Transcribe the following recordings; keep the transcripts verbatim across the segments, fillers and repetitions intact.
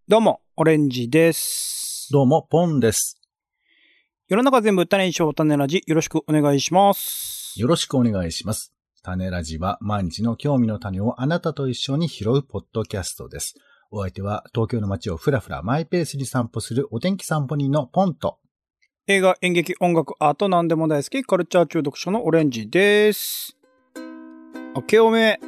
どうも、オレンジです。 どうも、ポンです。 世の中全部種にしよう、種ラジ。よろしくお願いします。 よろしくお願いします。種ラジは毎日の興味の種をあなたと一緒に拾うポッドキャストです。お相手は東京の街をふらふらマイペースに散歩するお天気散歩人のポンと、 映画、演劇、音楽、アート、何でも大好き、カルチャー中毒者のオレンジです。明けおめ。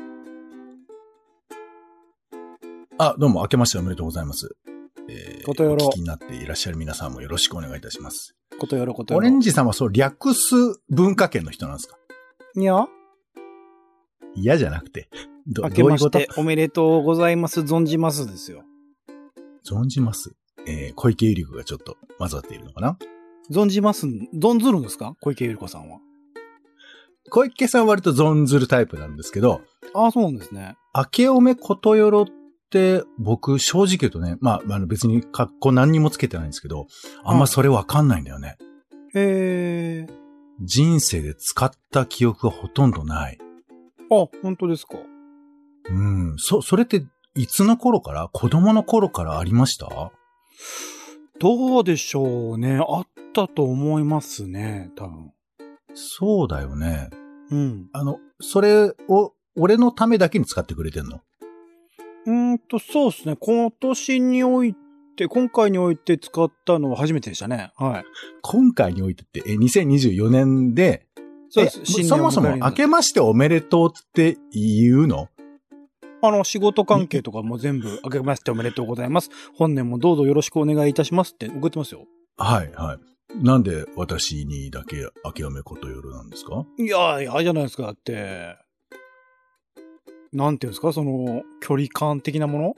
あ、どうも、明けましておめでとうございます。 えー、ことよろ。 お聞きになっていらっしゃる皆さんもよろしくお願いいたします。 ことよろ、ことよろ。 オレンジさんはそう、略す文化圏の人なんですか？ いや。 嫌じゃなくて。ど、 明けましてどういうこと？ おめでとうございます、存じますですよ。 存じます。えー、小池百合子がちょっと混ざっているのかな？ 存じます、存ずるんですか？小池百合子さんは。 小池さんは割と存ずるタイプなんですけど。 ああ、そうなんですね。 明けおめことよろって僕正直言うとね、まあ、あの別に格好何にもつけてないんですけど、あんまそれわかんないんだよね。 へー。 人生で使った記憶がほとんどない。 あ、本当ですか？ うん。そ、それっていつの頃から？子供の頃からありました？ どうでしょうね。あったと思いますね、多分。 そうだよね。 うん。 あの、それを俺のためだけに使ってくれてんの？ うーんと、そうですね。今年において、今回において使ったのは初めてでしたね。はい。 今回においてって、え、にせんにじゅうよねんで、 そうです。新年そもそも明けましておめでとうって言うの？ あの、仕事関係とかも全部、明けましておめでとうございます。本年もどうぞよろしくお願いいたしますって送ってますよ。 はいはい。なんで私にだけ明けおめことよろなんですか？ いやいや、じゃないですか。だって、なんていうんですか、その、距離感的なも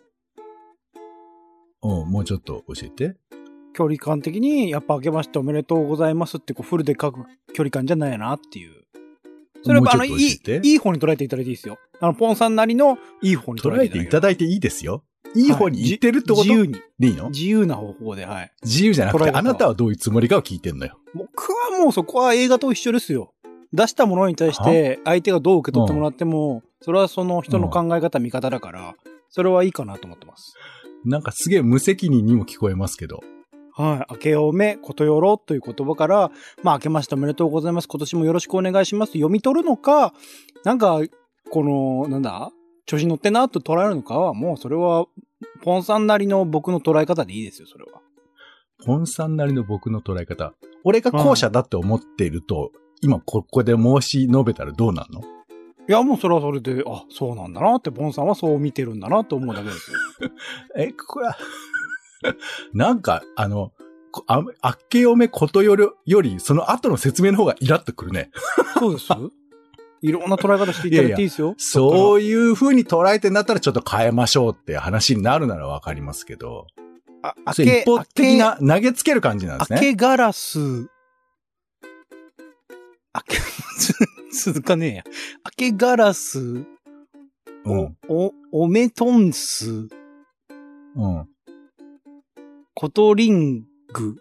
の？うん、もうちょっと教えて。 距離感的に、やっぱ明けましておめでとうございますってこうフルで書く距離感じゃないなっていう。それはあの、いい、いい方に捉えていただいていいですよ。あの、ポンさんなりのいい方に捉えていただいていいですよ。 いい方に言ってるってこと？ 自由に。 でいいの？ 自由な方法で、はい。 自由じゃなくて、あなたはどういうつもりかを聞いてんのよ。 僕はもうそこは映画と一緒ですよ。出したものに対して、相手がどう受け取ってもらっても、それはその人の考え方、見方だから、それはいいかなと思ってます。 なんかすげえ無責任にも聞こえますけど。 はい。明けおめ、ことよろという言葉から、まあ、明けましておめでとうございます。今年もよろしくお願いしますと読み取るのか、なんか、この、なんだ調子に乗ってなと捉えるのかは、もうそれは、ポンさんなりの僕の捉え方でいいですよ、それは。 ポンさんなりの僕の捉え方。俺が後者だって思っていると、今ここで申し述べたらどうなの？ いや、もうそれはそれで、あ、そうなんだなって、ポンさんはそう見てるんだなと思うだけですよ。 え、これは、なんか、あの、あ、あっけおめことより、より、その後の説明の方がイラッとくるね。 そうですいろんな捉え方していただいていいですよ。いやいやそういう風に捉えてんだったらちょっと変えましょうって話になるならわかりますけど。 あ、 あけ、一方的な投げつける感じなんですね。 明けガラス。明け、続かねえや。明けガラス。うん。お、おめとんす。 うん。 コトリング。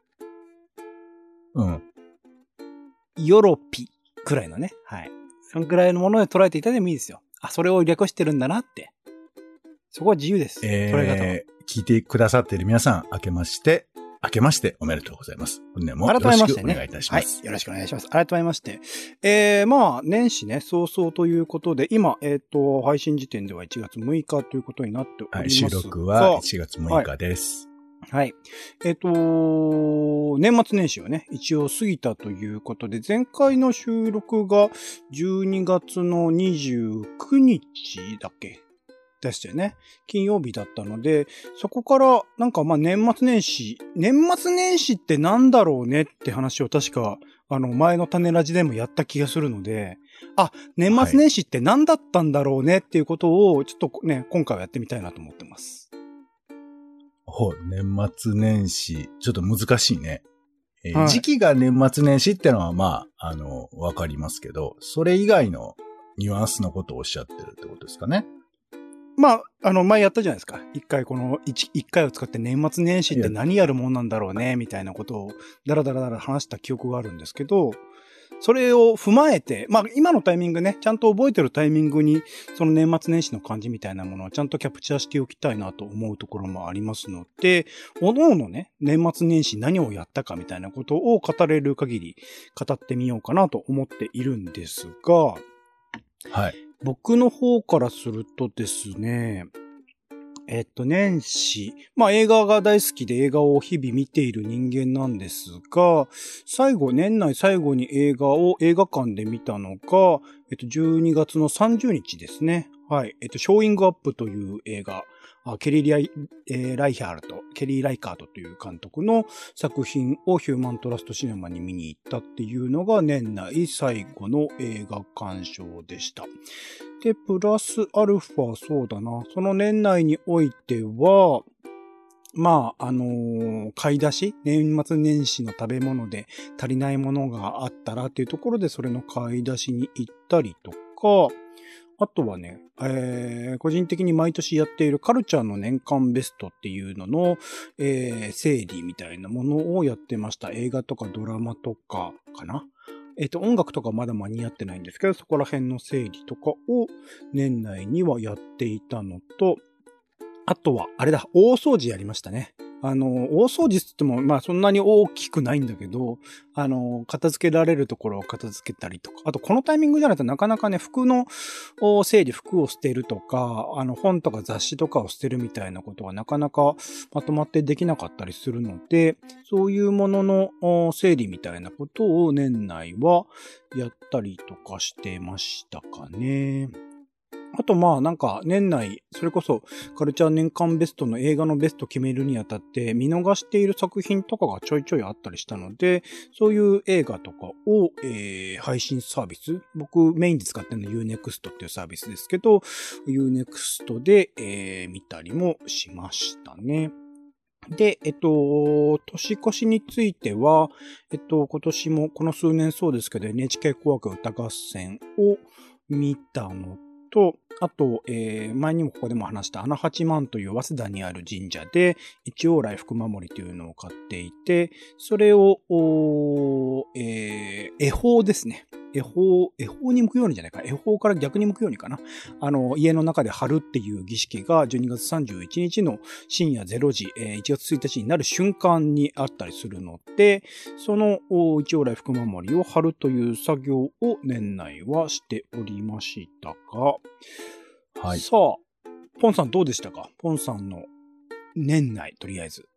うん。 ヨロピ。くらいのね。はい。そのくらいのもので捉えていただいてもいいですよ。あ、それを略してるんだなって。そこは自由です。 えー、 捉え方は。 聞いてくださっている皆さん、明けまして、明けましておめでとうございます。本年もよろしくお願いいたします。 はい。よろしくお願いします。改めまして。えー、まあ、年始ね、早々ということで、今、えっと、配信時点ではいちがつむいかということになっております。はい、 収録はいちがつむいかです。 はい。はい、えっと、年末年始はね、一応過ぎたということで、前回の収録がじゅうにがつのにじゅうくにちだっけでしたよね。金曜日だったので、そこからなんかまあ年末年始、年末年始ってなんだろうねって話を確かあの前の種ラジでもやった気がするので、あ、年末年始って何だったんだろうねっていうことをちょっとね、今回はやってみたいなと思ってます。 ほう、年末年始、ちょっと難しいね。えーはい、 時期が年末年始ってのはまあ、あの、わかりますけど、それ以外のニュアンスのことをおっしゃってるってことですかね。 まあ、あの、前やったじゃないですか。一回この一、一回を使って年末年始って何やるもんなんだろうね、みたいなことを、だらだらだら話した記憶があるんですけど、 それを踏まえて、まあ今のタイミングね、ちゃんと覚えてるタイミングに、その年末年始の感じみたいなものをちゃんとキャプチャーしておきたいなと思うところもありますので、おのおのね、年末年始何をやったかみたいなことを語れる限り語ってみようかなと思っているんですが、 はい。 僕の方からするとですね、えっと、年始。まあ映画が大好きで映画を日々見ている人間なんですが、最後、年内最後に映画を映画館で見たのが、えっと、じゅうにがつのさんじゅうにちですね。はい。えっと、ショーイングアップという映画。あケリー・ライ、えー、ライヒャールト、ケリー・ライカートという監督の作品をヒューマントラストシネマに見に行ったっていうのが年内最後の映画鑑賞でした。で、プラスアルファ、そうだな。その年内においては、まあ、あのー、買い出し年末年始の食べ物で足りないものがあったらっていうところでそれの買い出しに行ったりとか、あとはね、えー、個人的に毎年やっているカルチャーの年間ベストっていうのの、えー、整理みたいなものをやってました。映画とかドラマとかかな。えっと、音楽とかまだ間に合ってないんですけど、そこら辺の整理とかを年内にはやっていたのと、あとは、あれだ、大掃除やりましたね。あの、大掃除って言っても、まあそんなに大きくないんだけど、あの、片付けられるところを片付けたりとか、あとこのタイミングじゃないとなかなかね、服の整理、服を捨てるとか、あの、本とか雑誌とかを捨てるみたいなことはなかなかまとまってできなかったりするので、そういうものの整理みたいなことを年内はやったりとかしてましたかね。あとまあなんか年内、それこそカルチャー年間ベストの映画のベスト決めるにあたって見逃している作品とかがちょいちょいあったりしたので、そういう映画とかを、えー、配信サービス、僕メインで使ってるのは ユーネクスト っていうサービスですけど、ユーネクスト で、えー、見たりもしましたね。で、えっと、年越しについては、えっと、今年もこの数年そうですけど エヌエイチケー 紅白歌合戦を見たのと、あと、えー、前にもここでも話した穴八幡という早稲田にある神社で一応来福守りというのを買っていて、それを、えー、恵方ですね。恵方、恵方に向くようにじゃないか。恵方から逆に向くようにかな。あの、家の中で貼るっていう儀式がじゅうにがつさんじゅういちにちの深夜れいじ、えー、いちがつついたちになる瞬間にあったりするので、その一応来福守りを貼るという作業を年内はしておりましたが、はい。さあ、ポンさんどうでしたか？ポンさんの年内、とりあえず。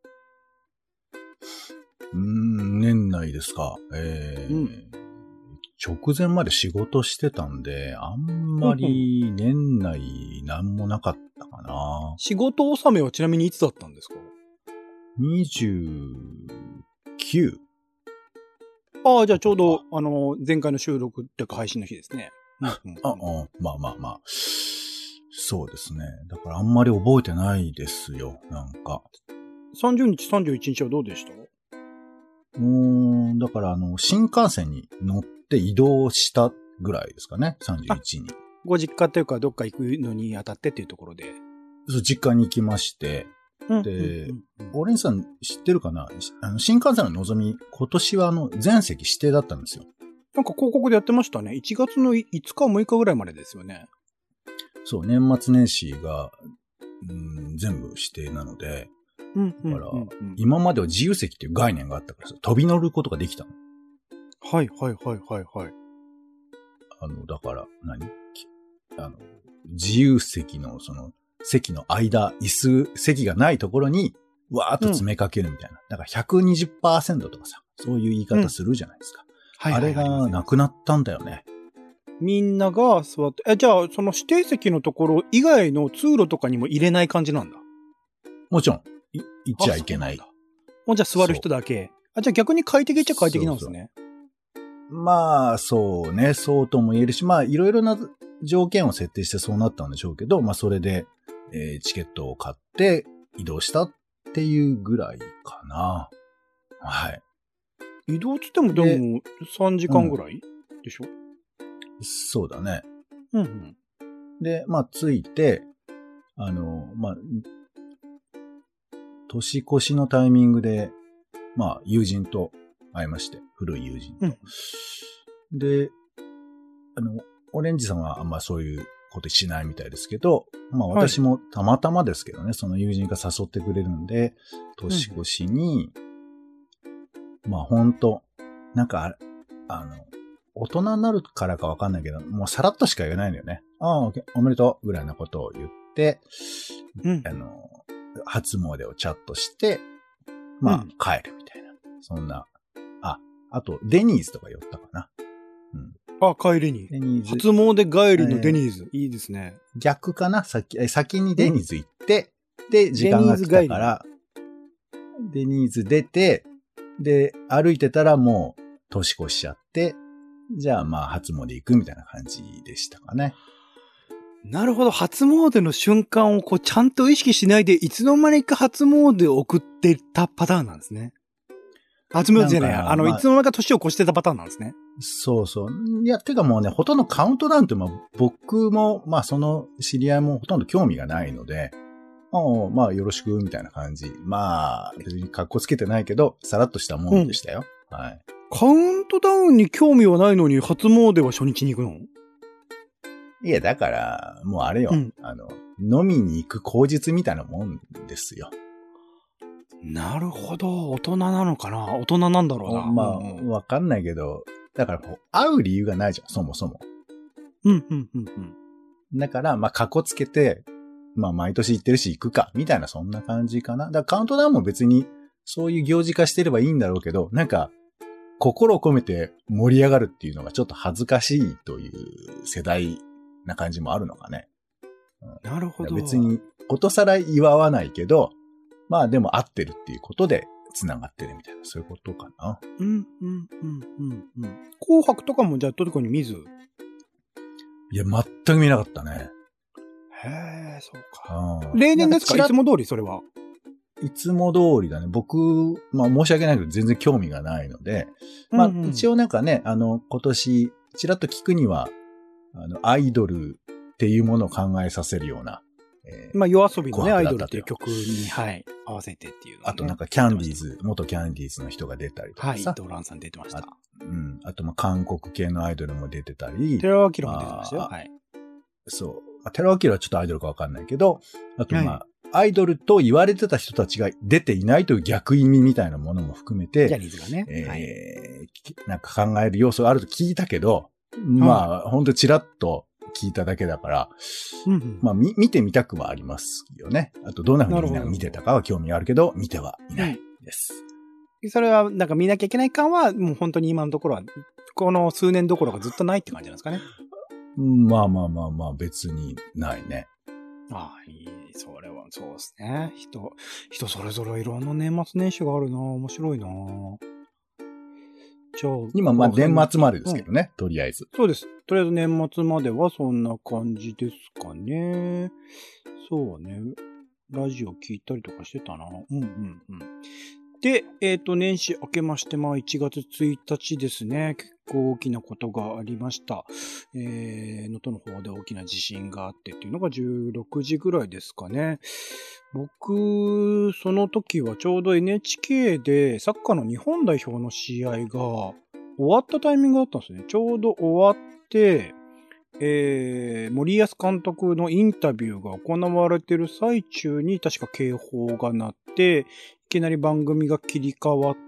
うーん、年内ですか。えーうん、直前まで仕事してたんで、あんまり年内なんもなかったかな。 仕事納めはちなみにいつだったんですか？ にじゅうきゅう。 ああ、じゃあちょうど、あの、前回の収録っていうか配信の日ですね。 うんうん、ああ、まあまあまあ。そうですね。だからあんまり覚えてないですよ、なんか。 さんじゅうにち、さんじゅういちにちはどうでした？ うーん、だからあの、新幹線に乗って移動したぐらいですかね、さんじゅういちに。 ご実家というかどっか行くのにあたってっていうところで。 そう、実家に行きまして、 うん、 で、 うんうんうん、 オレンジさん知ってるかな？あの新幹線ののぞみ、今年はあの、全席指定だったんですよ。 なんか広告でやってましたね。いちがつのいつかむいかぐらいまでですよね。 そう、年末年始が、うん、全部指定なので、 うんうんうんうん、 だから、今までは自由席っていう概念があったからさ、飛び乗ることができたの。 はいはいはいはいはい。 あの、だから、何？あの、自由席のその、席の間、椅子、席がないところに、わーっと詰めかけるみたいな。うん、だから ひゃくにじゅっパーセント とかさ、そういう言い方するじゃないですか。うんはいはいはい、あれがなくなったんだよね。 みんなが座って、え、じゃあ、その指定席のところ以外の通路とかにも入れない感じなんだ。 もちろん、い、行っちゃいけない。 もうじゃあ座る人だけ。あ、じゃあ逆に快適っちゃ快適なんですね。 そうそうまあ、そうね、そうとも言えるし、まあ、いろいろな条件を設定してそうなったんでしょうけど、まあ、それで、えー、チケットを買って移動したっていうぐらいかな。はい。 移動つってもでもさんじかんぐらい、うん、でしょ？ そうだね。 うんうん。 で、まあ、着いて、あの、まあ、年越しのタイミングで、まあ、友人と会いまして、古い友人と。うん、 で、あの、オレンジさんはあんまそういうことしないみたいですけど、まあ私もたまたまですけどね、はい、その友人が誘ってくれるんで、年越しに、うん、まあほんと、なんか、あの、大人になるからかわかんないけど、もうさらっとしか言えないのよね。ああ、おめでとうぐらいなことを言って、うん、あの、初詣をチャットして、まあ、うん、帰るみたいな。そんな。あ、あと、デニーズとか寄ったかな。 うん。あ、帰りに。 デニーズ。 初詣帰りのデニーズ。えー、いいですね。 逆かな先、先にデニーズ行って、で、時間が来たから、デニーズ出て、で、歩いてたらもう、年越しちゃって、じゃあまあ、初詣行くみたいな感じでしたかね。 なるほど。初詣の瞬間をこう、ちゃんと意識しないで、いつの間にか初詣を送ってたパターンなんですね。初詣じゃない。あの、まあ、いつの間にか年を越してたパターンなんですね。 そうそう。いや、てかもうね、ほとんどカウントダウンって、まあ、僕も、まあ、その知り合いもほとんど興味がないので、まあ、まあ、よろしく、みたいな感じ。まあ、別に格好つけてないけど、さらっとしたもんでしたよ。うん、はい。 カウントダウンに興味はないのに、初詣は初日に行くの？ いや、だから、もうあれよ。うん、あの、飲みに行く口実みたいなもんですよ。 なるほど。大人なのかな？大人なんだろうな。 まあ、うん、わかんないけど、だからこう、会う理由がないじゃん、そもそも。 うん、うん、うん、うん。 だから、まあ、かこつけて、まあ、毎年行ってるし行くか、みたいな、そんな感じかな。だからカウントダウンも別に、そういう行事化してればいいんだろうけど、なんか、心を込めて盛り上がるっていうのがちょっと恥ずかしいという世代な感じもあるのかね。 うん、なるほど。 別に、ことさら祝わないけど、まあでも合ってるっていうことで繋がってるみたいな、そういうことかな。 うん、うん、うん、うん、うん。紅白とかもじゃあトルコに見ず？ いや、全く見なかったね。 へえ、そうか。例年ですか？いつも通りそれは。 いつも通りだね。僕、まあ申し訳ないけど全然興味がないので、まあ、うんうん、一応なんかね、あの、今年、ちらっと聞くには、あの、アイドルっていうものを考えさせるような、 えー、まあ、夜遊びのね、アイドルっていう曲に、はい、合わせてっていう、ね。 あとなんかキャンディーズ、元キャンディーズの人が出たりとかさ。 はい、ドランさん出てました。 うん。あとまあ、韓国系のアイドルも出てたり。 テラワキラも出てましたよ。はい。 そう。テラワキラはちょっとアイドルかわかんないけど、あとまあ、はい、アイドルと言われてた人たちが出ていないという逆意味みたいなものも含めて、 ジャニーズがね。 えーはい、 なんか考える要素があると聞いたけど、まあ、ほんとチラッと聞いただけだから、うんうん、まあ、み、見てみたくはありますよね。あと、どんな風にみんなが見てたかは興味あるけど、見てはいないです。 うん、それは、なんか見なきゃいけない感は、もう本当に今のところは、この数年どころかずっとないって感じなんですかね。 まあまあまあまあ、別にないね。 ああ、いい。それは、そうですね。人、人それぞれいろんな年末年始があるな。面白いな。じゃあ。 今、まあ、年末までですけどね、うん、とりあえず。 そうです。とりあえず年末まではそんな感じですかね。そうね。ラジオ聞いたりとかしてたな。うんうんうん。で、えっと、年始明けまして、まあ、いちがつついたちですね。結構大きなことがありました。えー、能登の方で大きな地震があってっていうのがじゅうろくじぐらいですかね。僕、その時はちょうど エヌエイチケー でサッカーの日本代表の試合が終わったタイミングだったんですね。ちょうど終わって、えー、森保監督のインタビューが行われてる最中に確か警報が鳴って、いきなり番組が切り替わって、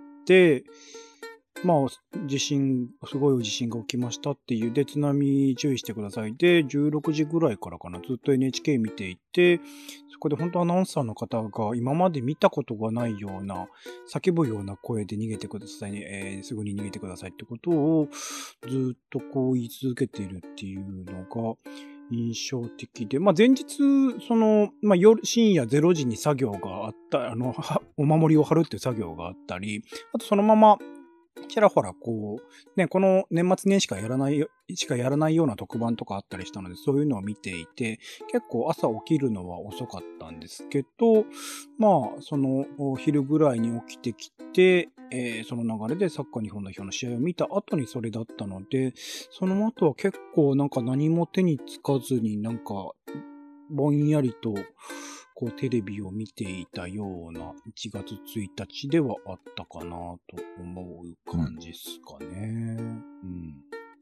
まあ、地震、すごい地震が起きましたっていう、で、津波注意してください。で、じゅうろくじぐらいからかな、ずっと エヌエイチケー 見ていて、そこで本当アナウンサーの方が今まで見たことがないような、叫ぶような声で逃げてください、えー、すぐに逃げてくださいってことをずっとこう言い続けているっていうのが印象的で、まあ前日、その、まあ夜、深夜れいじに作業があった、あの、お守りを貼るっていう作業があったり、あとそのまま、ちらほら、こう、ね、この年末年始しかやらない、しかやらないような特番とかあったりしたので、そういうのを見ていて、結構朝起きるのは遅かったんですけど、まあ、その、昼ぐらいに起きてきて、えー、その流れでサッカー日本代表の試合を見た後にそれだったので、その後は結構なんか何も手につかずになんか、ぼんやりと、こうテレビを見ていたようないちがつついたちではあったかなと思う感じですかね。うん。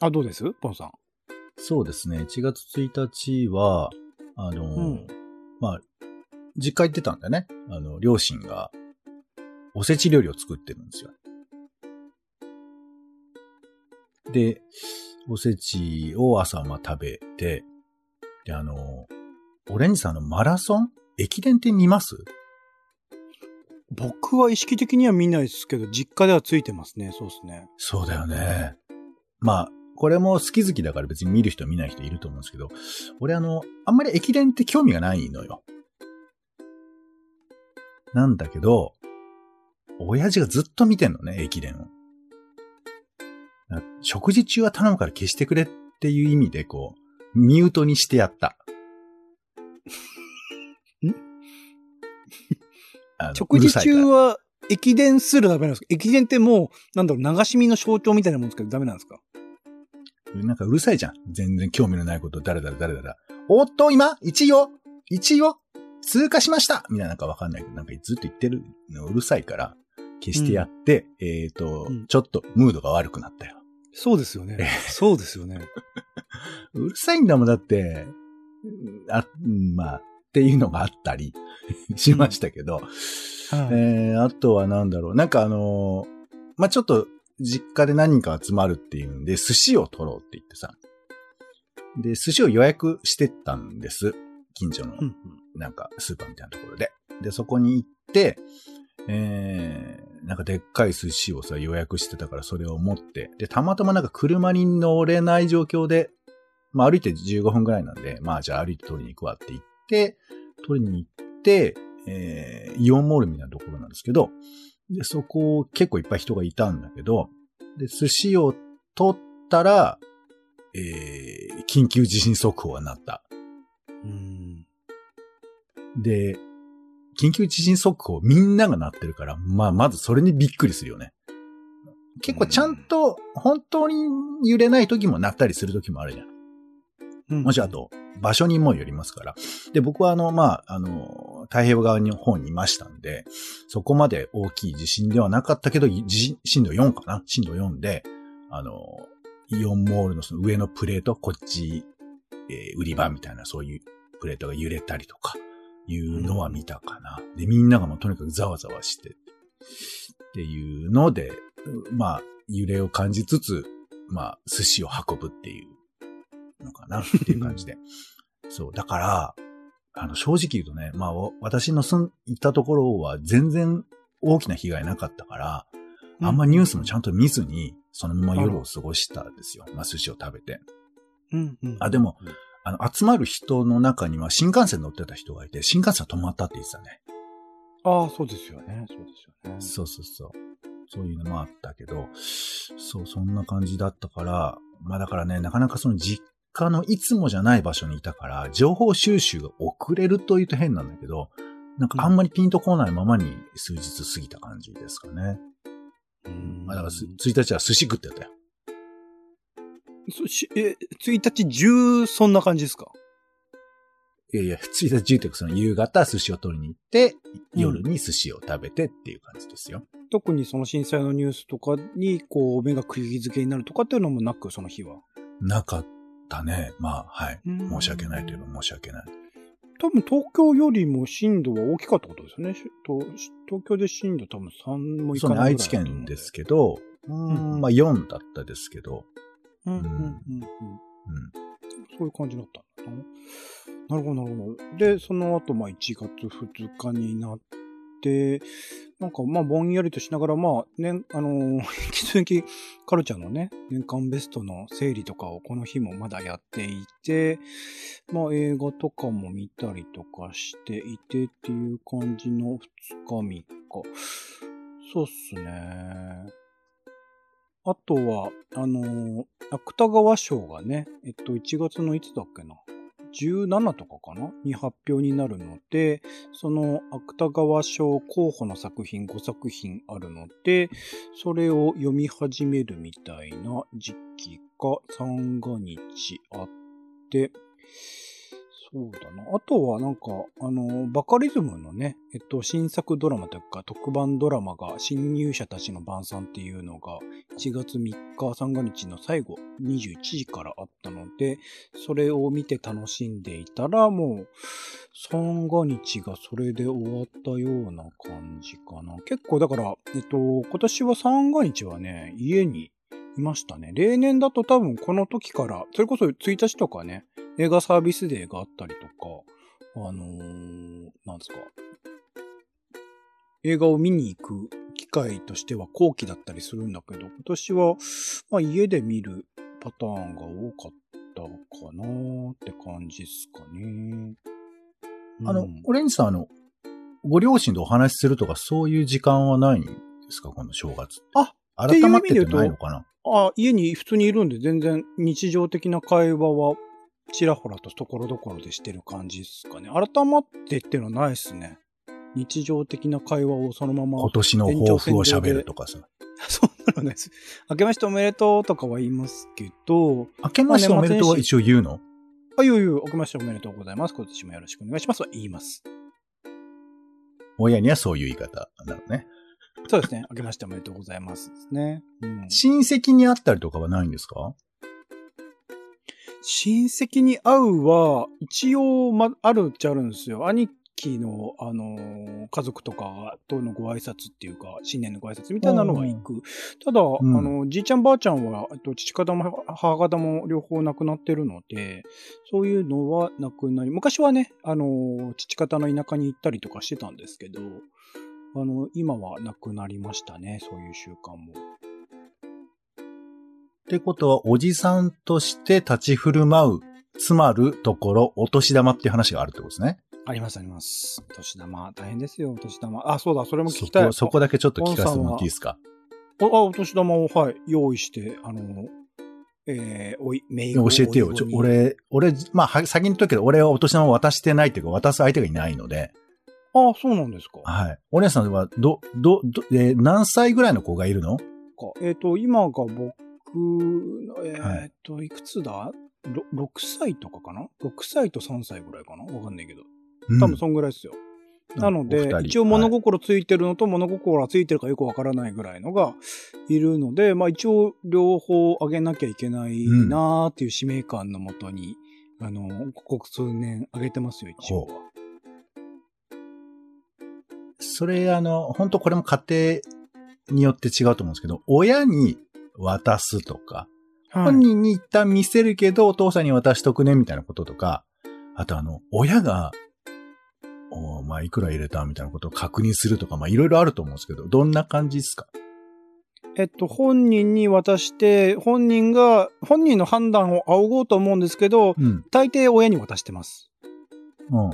あ、どうですポンさん。 そうですね。いちがつついたちは、あの、うん、まあ、実家行ってたんだね。あの、両親が、おせち料理を作ってるんですよ。で、おせちを朝ま食べて、で、あの、オレンジさんのマラソン駅伝って見ます？ 僕は意識的には見ないですけど、実家ではついてますね。そうですね。 そうだよね。まあ、これも好き好きだから別に見る人見ない人いると思うんですけど、俺あの、あんまり駅伝って興味がないのよ。なんだけど、親父がずっと見てんのね、駅伝を。食事中は頼むから消してくれっていう意味で、こう、ミュートにしてやった。 ん食事中は駅伝するダメなんですか？駅伝ってもう、なんだろう、流し見の象徴みたいなもんですけどダメなんですか？ なんかうるさいじゃん。全然興味のないこと、誰だ誰だ誰だ。おっと、今、いちいを、いちいを通過しましたみたいななんかわかんないけど、なんかずっと言ってるのうるさいから、消してやって、うん、えっ、ー、と、うん、ちょっとムードが悪くなったよ。 そうですよね。そうですよね。 うるさいんだもん、だって、あ、まあ、っていうのがあったりしましたけど、うんはい、えー、あとはなんだろう、なんかあのー、まあ、ちょっと実家で何人か集まるっていうんで、寿司を取ろうって言ってさ、で、寿司を予約してったんです。近所の、なんかスーパーみたいなところで。で、そこに行って、えー、なんかでっかい寿司をさ、予約してたからそれを持って、で、たまたまなんか車に乗れない状況で、まあ歩いてじゅうごふんぐらいなんで、まあじゃあ歩いて取りに行くわって言って、取りに行って、えー、イオンモールみたいなところなんですけど、で、そこ結構いっぱい人がいたんだけど、で、寿司を取ったら、えー、緊急地震速報が鳴った。 うーんで、緊急地震速報みんなが鳴ってるから、まあまずそれにびっくりするよね。結構ちゃんと本当に揺れない時も鳴ったりする時もあるじゃん。うん、もしあと場所にもよりますから。で、僕はあの、まあ、あの、太平洋側の方にいましたんで、そこまで大きい地震ではなかったけど、地震度よんかな震度よんで、あの、イオンモールのその上のプレート、こっち、えー、売り場みたいなそういうプレートが揺れたりとか、いうのは見たかな。で、みんながもうとにかくざわざわして、っていうので、まあ、揺れを感じつつ、まあ、寿司を運ぶっていうのかなっていう感じで。そう。だから、あの、正直言うとね、まあ、私の住んいたところは全然大きな被害なかったから、あんまニュースもちゃんと見ずに、そのまま夜を過ごしたんですよ。まあ、寿司を食べて。 うんうん、 あ、でも、あの、集まる人の中には新幹線乗ってた人がいて、新幹線止まったって言ってたね。 ああ、そうですよね。そうですよね。 そうそうそう。そういうのもあったけど、そう、そんな感じだったから、まあだからね、なかなかその実家のいつもじゃない場所にいたから、情報収集が遅れると言うと変なんだけど、なんかあんまりピンとこないままに数日過ぎた感じですかね。うん。まあだからついたちは寿司食ってたよ。 そしえ、ついたち中そんな感じですか？ いやいや、ついたち中ってその夕方寿司を取りに行って、夜に寿司を食べてっていう感じですよ。 うん、特にその震災のニュースとかに、こう、目が釘付けになるとかっていうのもなく、その日は。 なかったね。まあ、はい。申し訳ないといえば申し訳ない。 多分東京よりも震度は大きかったことですよね。東京で震度多分さんもいかないぐらい。そうね、 愛知県ですけど、うん、まあよんだったですけど、 うんうんうんうんうん、そういう感じだったんだな。なるほど、なるほど。で、その後、まあいちがつふつかになって、なんかまあぼんやりとしながら、まあね、あのー、引き続きカルチャーのね、年間ベストの整理とかをこの日もまだやっていて、まあ映画とかも見たりとかしていてっていう感じのふつかみっか。そうっすね。あとは、あのー、芥川賞がね、えっと、いちがつのいつだっけな、じゅうしちとかかなに発表になるので、その芥川賞候補の作品ごさくひんあるので、それを読み始めるみたいな時期がさんがつあって、 そうだな。あとはなんか、あの、バカリズムのね、えっと、新作ドラマというか、特番ドラマが、新入社たちの晩餐っていうのが、いちがつみっか三が日の最後、にじゅういちじからあったので、それを見て楽しんでいたら、もう、三が日がそれで終わったような感じかな。結構だから、えっと、今年は三が日はね、家にいましたね。例年だと多分この時から、それこそついたちとかね、映画サービスデーがあったりとか、あのー、なんですか。映画を見に行く機会としては後期だったりするんだけど、今年は、まあ、家で見るパターンが多かったかなーって感じですかね。 あの、 うん、 オレンジさん、あの、ご両親とお話しするとかそういう時間はないんですか、この正月って。 あ、 改まっててないのかな。 あ、家に普通にいるんで全然日常的な会話はちらほらとところどころでしてる感じですかね。改まってっていうのはないですね。日常的な会話をそのまま。 今年の抱負を喋るとかさ。 そんなのないです。明けましておめでとうとかは言いますけど。 明けましておめでとうは一応言うの？ あ、言う言う。明けましておめでとうございます。今年もよろしくお願いしますは言います。 親にはそういう言い方なのね。 そうですね。明けましておめでとうございますですね。うん、 親戚に会ったりとかはないんですか？ 親戚に会うは、一応、ま、あるっちゃあるんですよ。兄貴の、あのー、家族とかとのご挨拶っていうか、新年のご挨拶みたいなのは行く。ただ、うん、あの、じいちゃんばあちゃんは、と父方も母方も両方亡くなってるので、そういうのはなくなり、昔はね、あのー、父方の田舎に行ったりとかしてたんですけど、あの、今はなくなりましたね、そういう習慣も。 ってことは、おじさんとして立ち振る舞う、つまるところ、お年玉っていう話があるってことですね。 あります、あります。お年玉、大変ですよ、お年玉。あ、そうだ、それも聞きたい。 そこ、そこだけちょっと聞かせてもらっていいですか？ あ、お年玉を、はい、用意して、あの、えー、おい、名教えてよ。ちょ、俺、俺、まあ、先に言っとくけど、俺はお年玉を渡してないっていうか、渡す相手がいないので。 ああ、そうなんですか。 はい。お姉さんは、ど、ど、ど、えー、何歳ぐらいの子がいるの？ えっと、今が僕、えっと、はい、いくつだ ろく 歳とかかな ?ろく 歳とさんさいぐらいかなわかんないけど。多分そんぐらいですよ。うん、なので、一応物心ついてるのと物心がついてるかよくわからないぐらいのがいるので、まあ一応両方あげなきゃいけないなーっていう使命感のもとに、うん、あの、ここ数年あげてますよ、一応は。 それ、あの、本当これも家庭によって違うと思うんですけど、親に渡すとか、はい、本人に一旦見せるけど、お父さんに渡しとくね、みたいなこととか、あとあの、親が、おまあ、いくら入れたみたいなことを確認するとか、まあ、いろいろあると思うんですけど、どんな感じですか？ えっと、本人に渡して、本人が、本人の判断を仰ごうと思うんですけど、うん、大抵親に渡してます。 うん。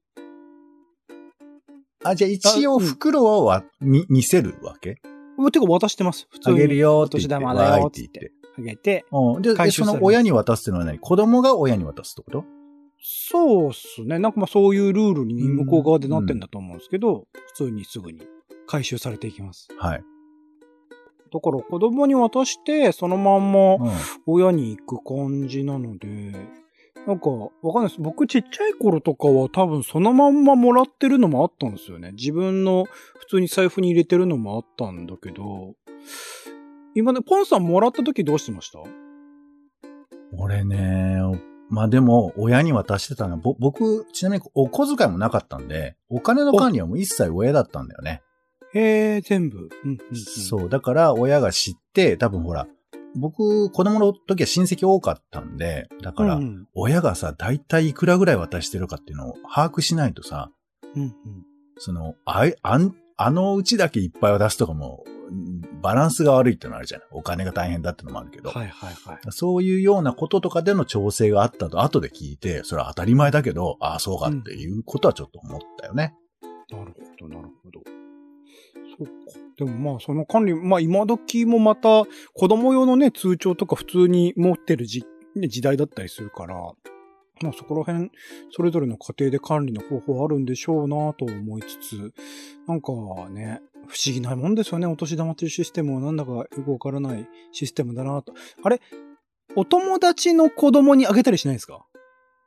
あ、じゃあ一応袋は、うん、見、見せるわけ？ てか渡してます。普通に。 あげるよって言って。 お年玉だよって言って。あげて。 うん。で、でその親に渡すってのは何？子供が親に渡すってこと？ そうっすね。なんかまあそういうルールに向こう側でなってんだと思うんですけど、うん、普通にすぐに回収されていきます。 はい。 だから子供に渡して、そのまんま親に行く感じなので、うん、なんかわかんないです。僕ちっちゃい頃とかは多分そのまんまもらってるのもあったんですよね。自分の普通に財布に入れてるのもあったんだけど、今ね、ポンさんもらった時どうしてました？ 俺ね、まあでも、親に渡してたのは、ぼ、僕、ちなみにお小遣いもなかったんで、お金の管理はもう一切親だったんだよね。 へえ、全部、うんうんうん。 そう、だから親が知って、多分ほら、僕、子供の時は親戚多かったんで、だから、親がさ、大体いくらぐらい渡してるかっていうのを把握しないとさ、 うんうん、 その、あ、あん、あのうちだけいっぱい渡すとかも、バランスが悪いってのあるじゃない。お金が大変だってのもあるけど。 はいはいはい。 そういうようなこととかでの調整があったと後で聞いて、それは当たり前だけど、ああ、そうかっていうことはちょっと思ったよね。 うん、なるほど、なるほど。そうか。でもまあその管理、まあ今時もまた子供用のね、通帳とか普通に持ってる時、時代だったりするから、まあそこら辺、それぞれの家庭で管理の方法あるんでしょうなと思いつつ、なんかね、不思議なもんですよね。お年玉というシステムはなんだかよくわからないシステムだなと。あれ、お友達の子供にあげたりしないですか？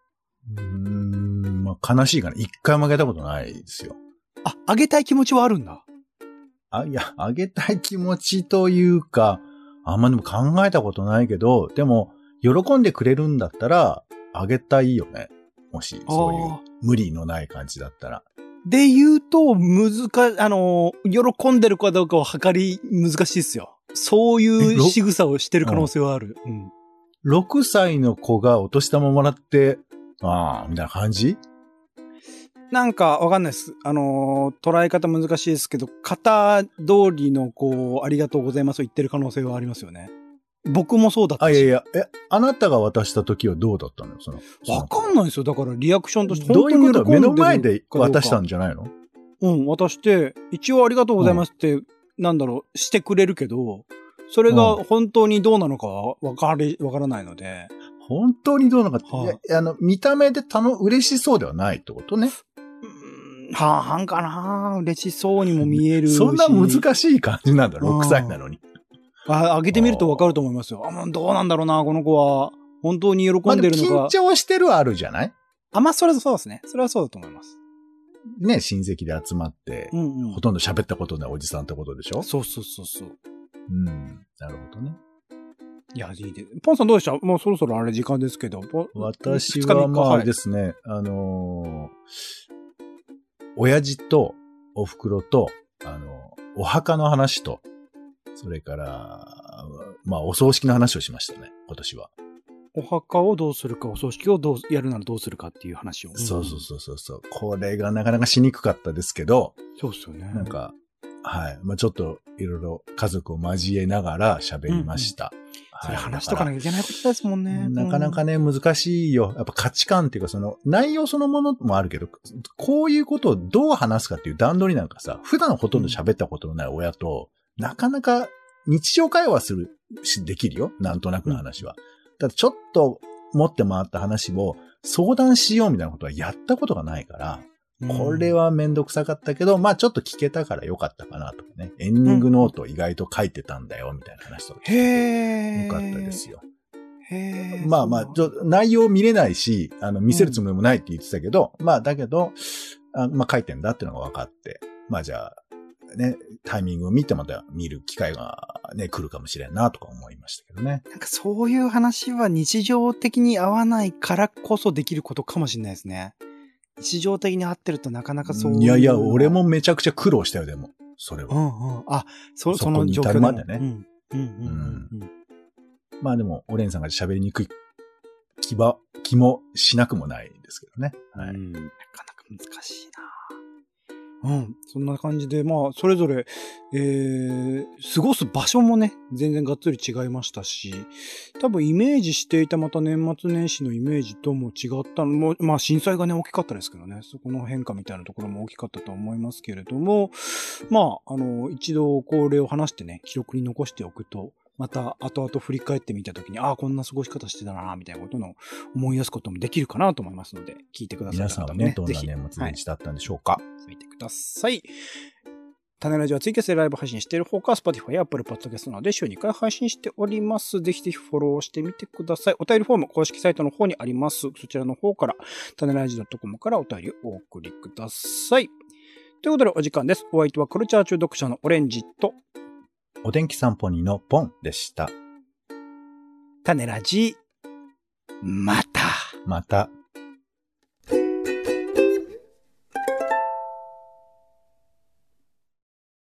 うーん、まあ、悲しいかな。一回もあげたことないですよ。 あ、あげたい気持ちはあるんだ。 あ、いや、あげたい気持ちというか、あんまでも考えたことないけど、でも、喜んでくれるんだったら、あげたいよね。もし、そういう無理のない感じだったら。 で言うと、難か、あの、喜んでるかどうかを測り難しいですよ。そういう仕草をしてる可能性はある。うん、 ろくさいの子がお年玉もらって、ああ、みたいな感じ？ なんかわかんないです。あのー、捉え方難しいですけど、型通りのこう、ありがとうございますを言ってる可能性はありますよね。僕もそうだったし。 あ、いやいや、え、あなたが渡した時はどうだったのよ、その。 わかんないですよ。だからリアクションとして。 どういうこと？目の前で渡したんじゃないの？ うん、渡して、一応ありがとうございますって、うん、なんだろう、してくれるけど、それが本当にどうなのかはわかり、わからないので。 本当にどうなのかって、 はあ、あの、見た目でたの、嬉しそうではないってことね。 半々かな。嬉しそうにも見えるし。 そんな難しい感じなんだ、ろくさいなのに。 あ、あげてみるとわかると思いますよ。あ、どうなんだろうな、この子は。本当に喜んでるのか。まあ、 緊張してるはあるじゃない？ あ、まあ、それはそうですね。それはそうだと思います。 ね、親戚で集まって、 うんうん、 ほとんど喋ったことないおじさんってことでしょ？ そうそうそうそう。 うん。なるほどね。 いや、いいで。ポンさんどうでした？もうそろそろあれ時間ですけど。 私はまああれですね、はい、あのー、親父とお袋と、あの、お墓の話と、それから、まあお葬式の話をしましたね、今年は。 お墓をどうするか、お葬式をどうやるならどうするかっていう話を。 そうそうそうそう。これがなかなかしにくかったですけど、 そうですよね。 なんか、はい。まあちょっといろいろ家族を交えながら喋りました。うんうん、 それ話しとかなきゃいけないことですもんね。 なかなかね、難しいよ。やっぱ価値観っていうか、その内容そのものもあるけど、こういうことをどう話すかっていう段取りなんかさ、普段ほとんど喋ったことのない親と、うん、なかなか日常会話するし、できるよ。なんとなくの話は。うん、ただちょっと持って回った話を相談しようみたいなことはやったことがないから、これはめんどくさかったけど、うん、まあちょっと聞けたからよかったかなとかね。エンディングノート意外と書いてたんだよみたいな話とか。 へー。 よかったですよ。 へー。 まあまあ、ちょ内容見れないし、あの、見せるつもりもないって言ってたけど、うん、まあだけど、あまあ書いてんだっていうのが分かって、まあじゃあ、ね、タイミングを見てまた見る機会がね、来るかもしれんなとか思いましたけどね。 なんかそういう話は日常的に合わないからこそできることかもしれないですね。日常的に合ってるとなかなかそういう。 いやいや、俺もめちゃくちゃ苦労したよ、でも。それは。 うんうん。あ、そ、 その状況までね。 うん。うんうんうんうん。 まあでも、オレンさんが喋りにくい気は、気もしなくもないですけどね。 はい。うん、なかなか難しいな。うん。そんな感じで、まあ、それぞれ、えー、過ごす場所もね、全然がっつり違いましたし、多分イメージしていたまた年末年始のイメージとも違ったのも、まあ震災がね、大きかったですけどね、そこの変化みたいなところも大きかったと思いますけれども、まあ、あの、一度これを話してね、記録に残しておくと、また後々振り返ってみたときに、ああ、こんな過ごし方してたな、みたいなことの思い出すこともできるかなと思いますので、聞いてください、 ね。皆さんはね、どんな年末年始だったんでしょうか。はい、 見てください。種ラジはツイキャスでライブ配信しているほか、Spotify や Apple Podcast などで週にかい配信しております。ぜひぜひフォローしてみてください。お便りフォーム、公式サイトの方にあります。そちらの方から、種ラジ .com からお便りをお送りください。ということでお時間です。お相手はカルチャー中読者のオレンジと、 お天気散歩にのポンでした。 種ラジ、また。 また。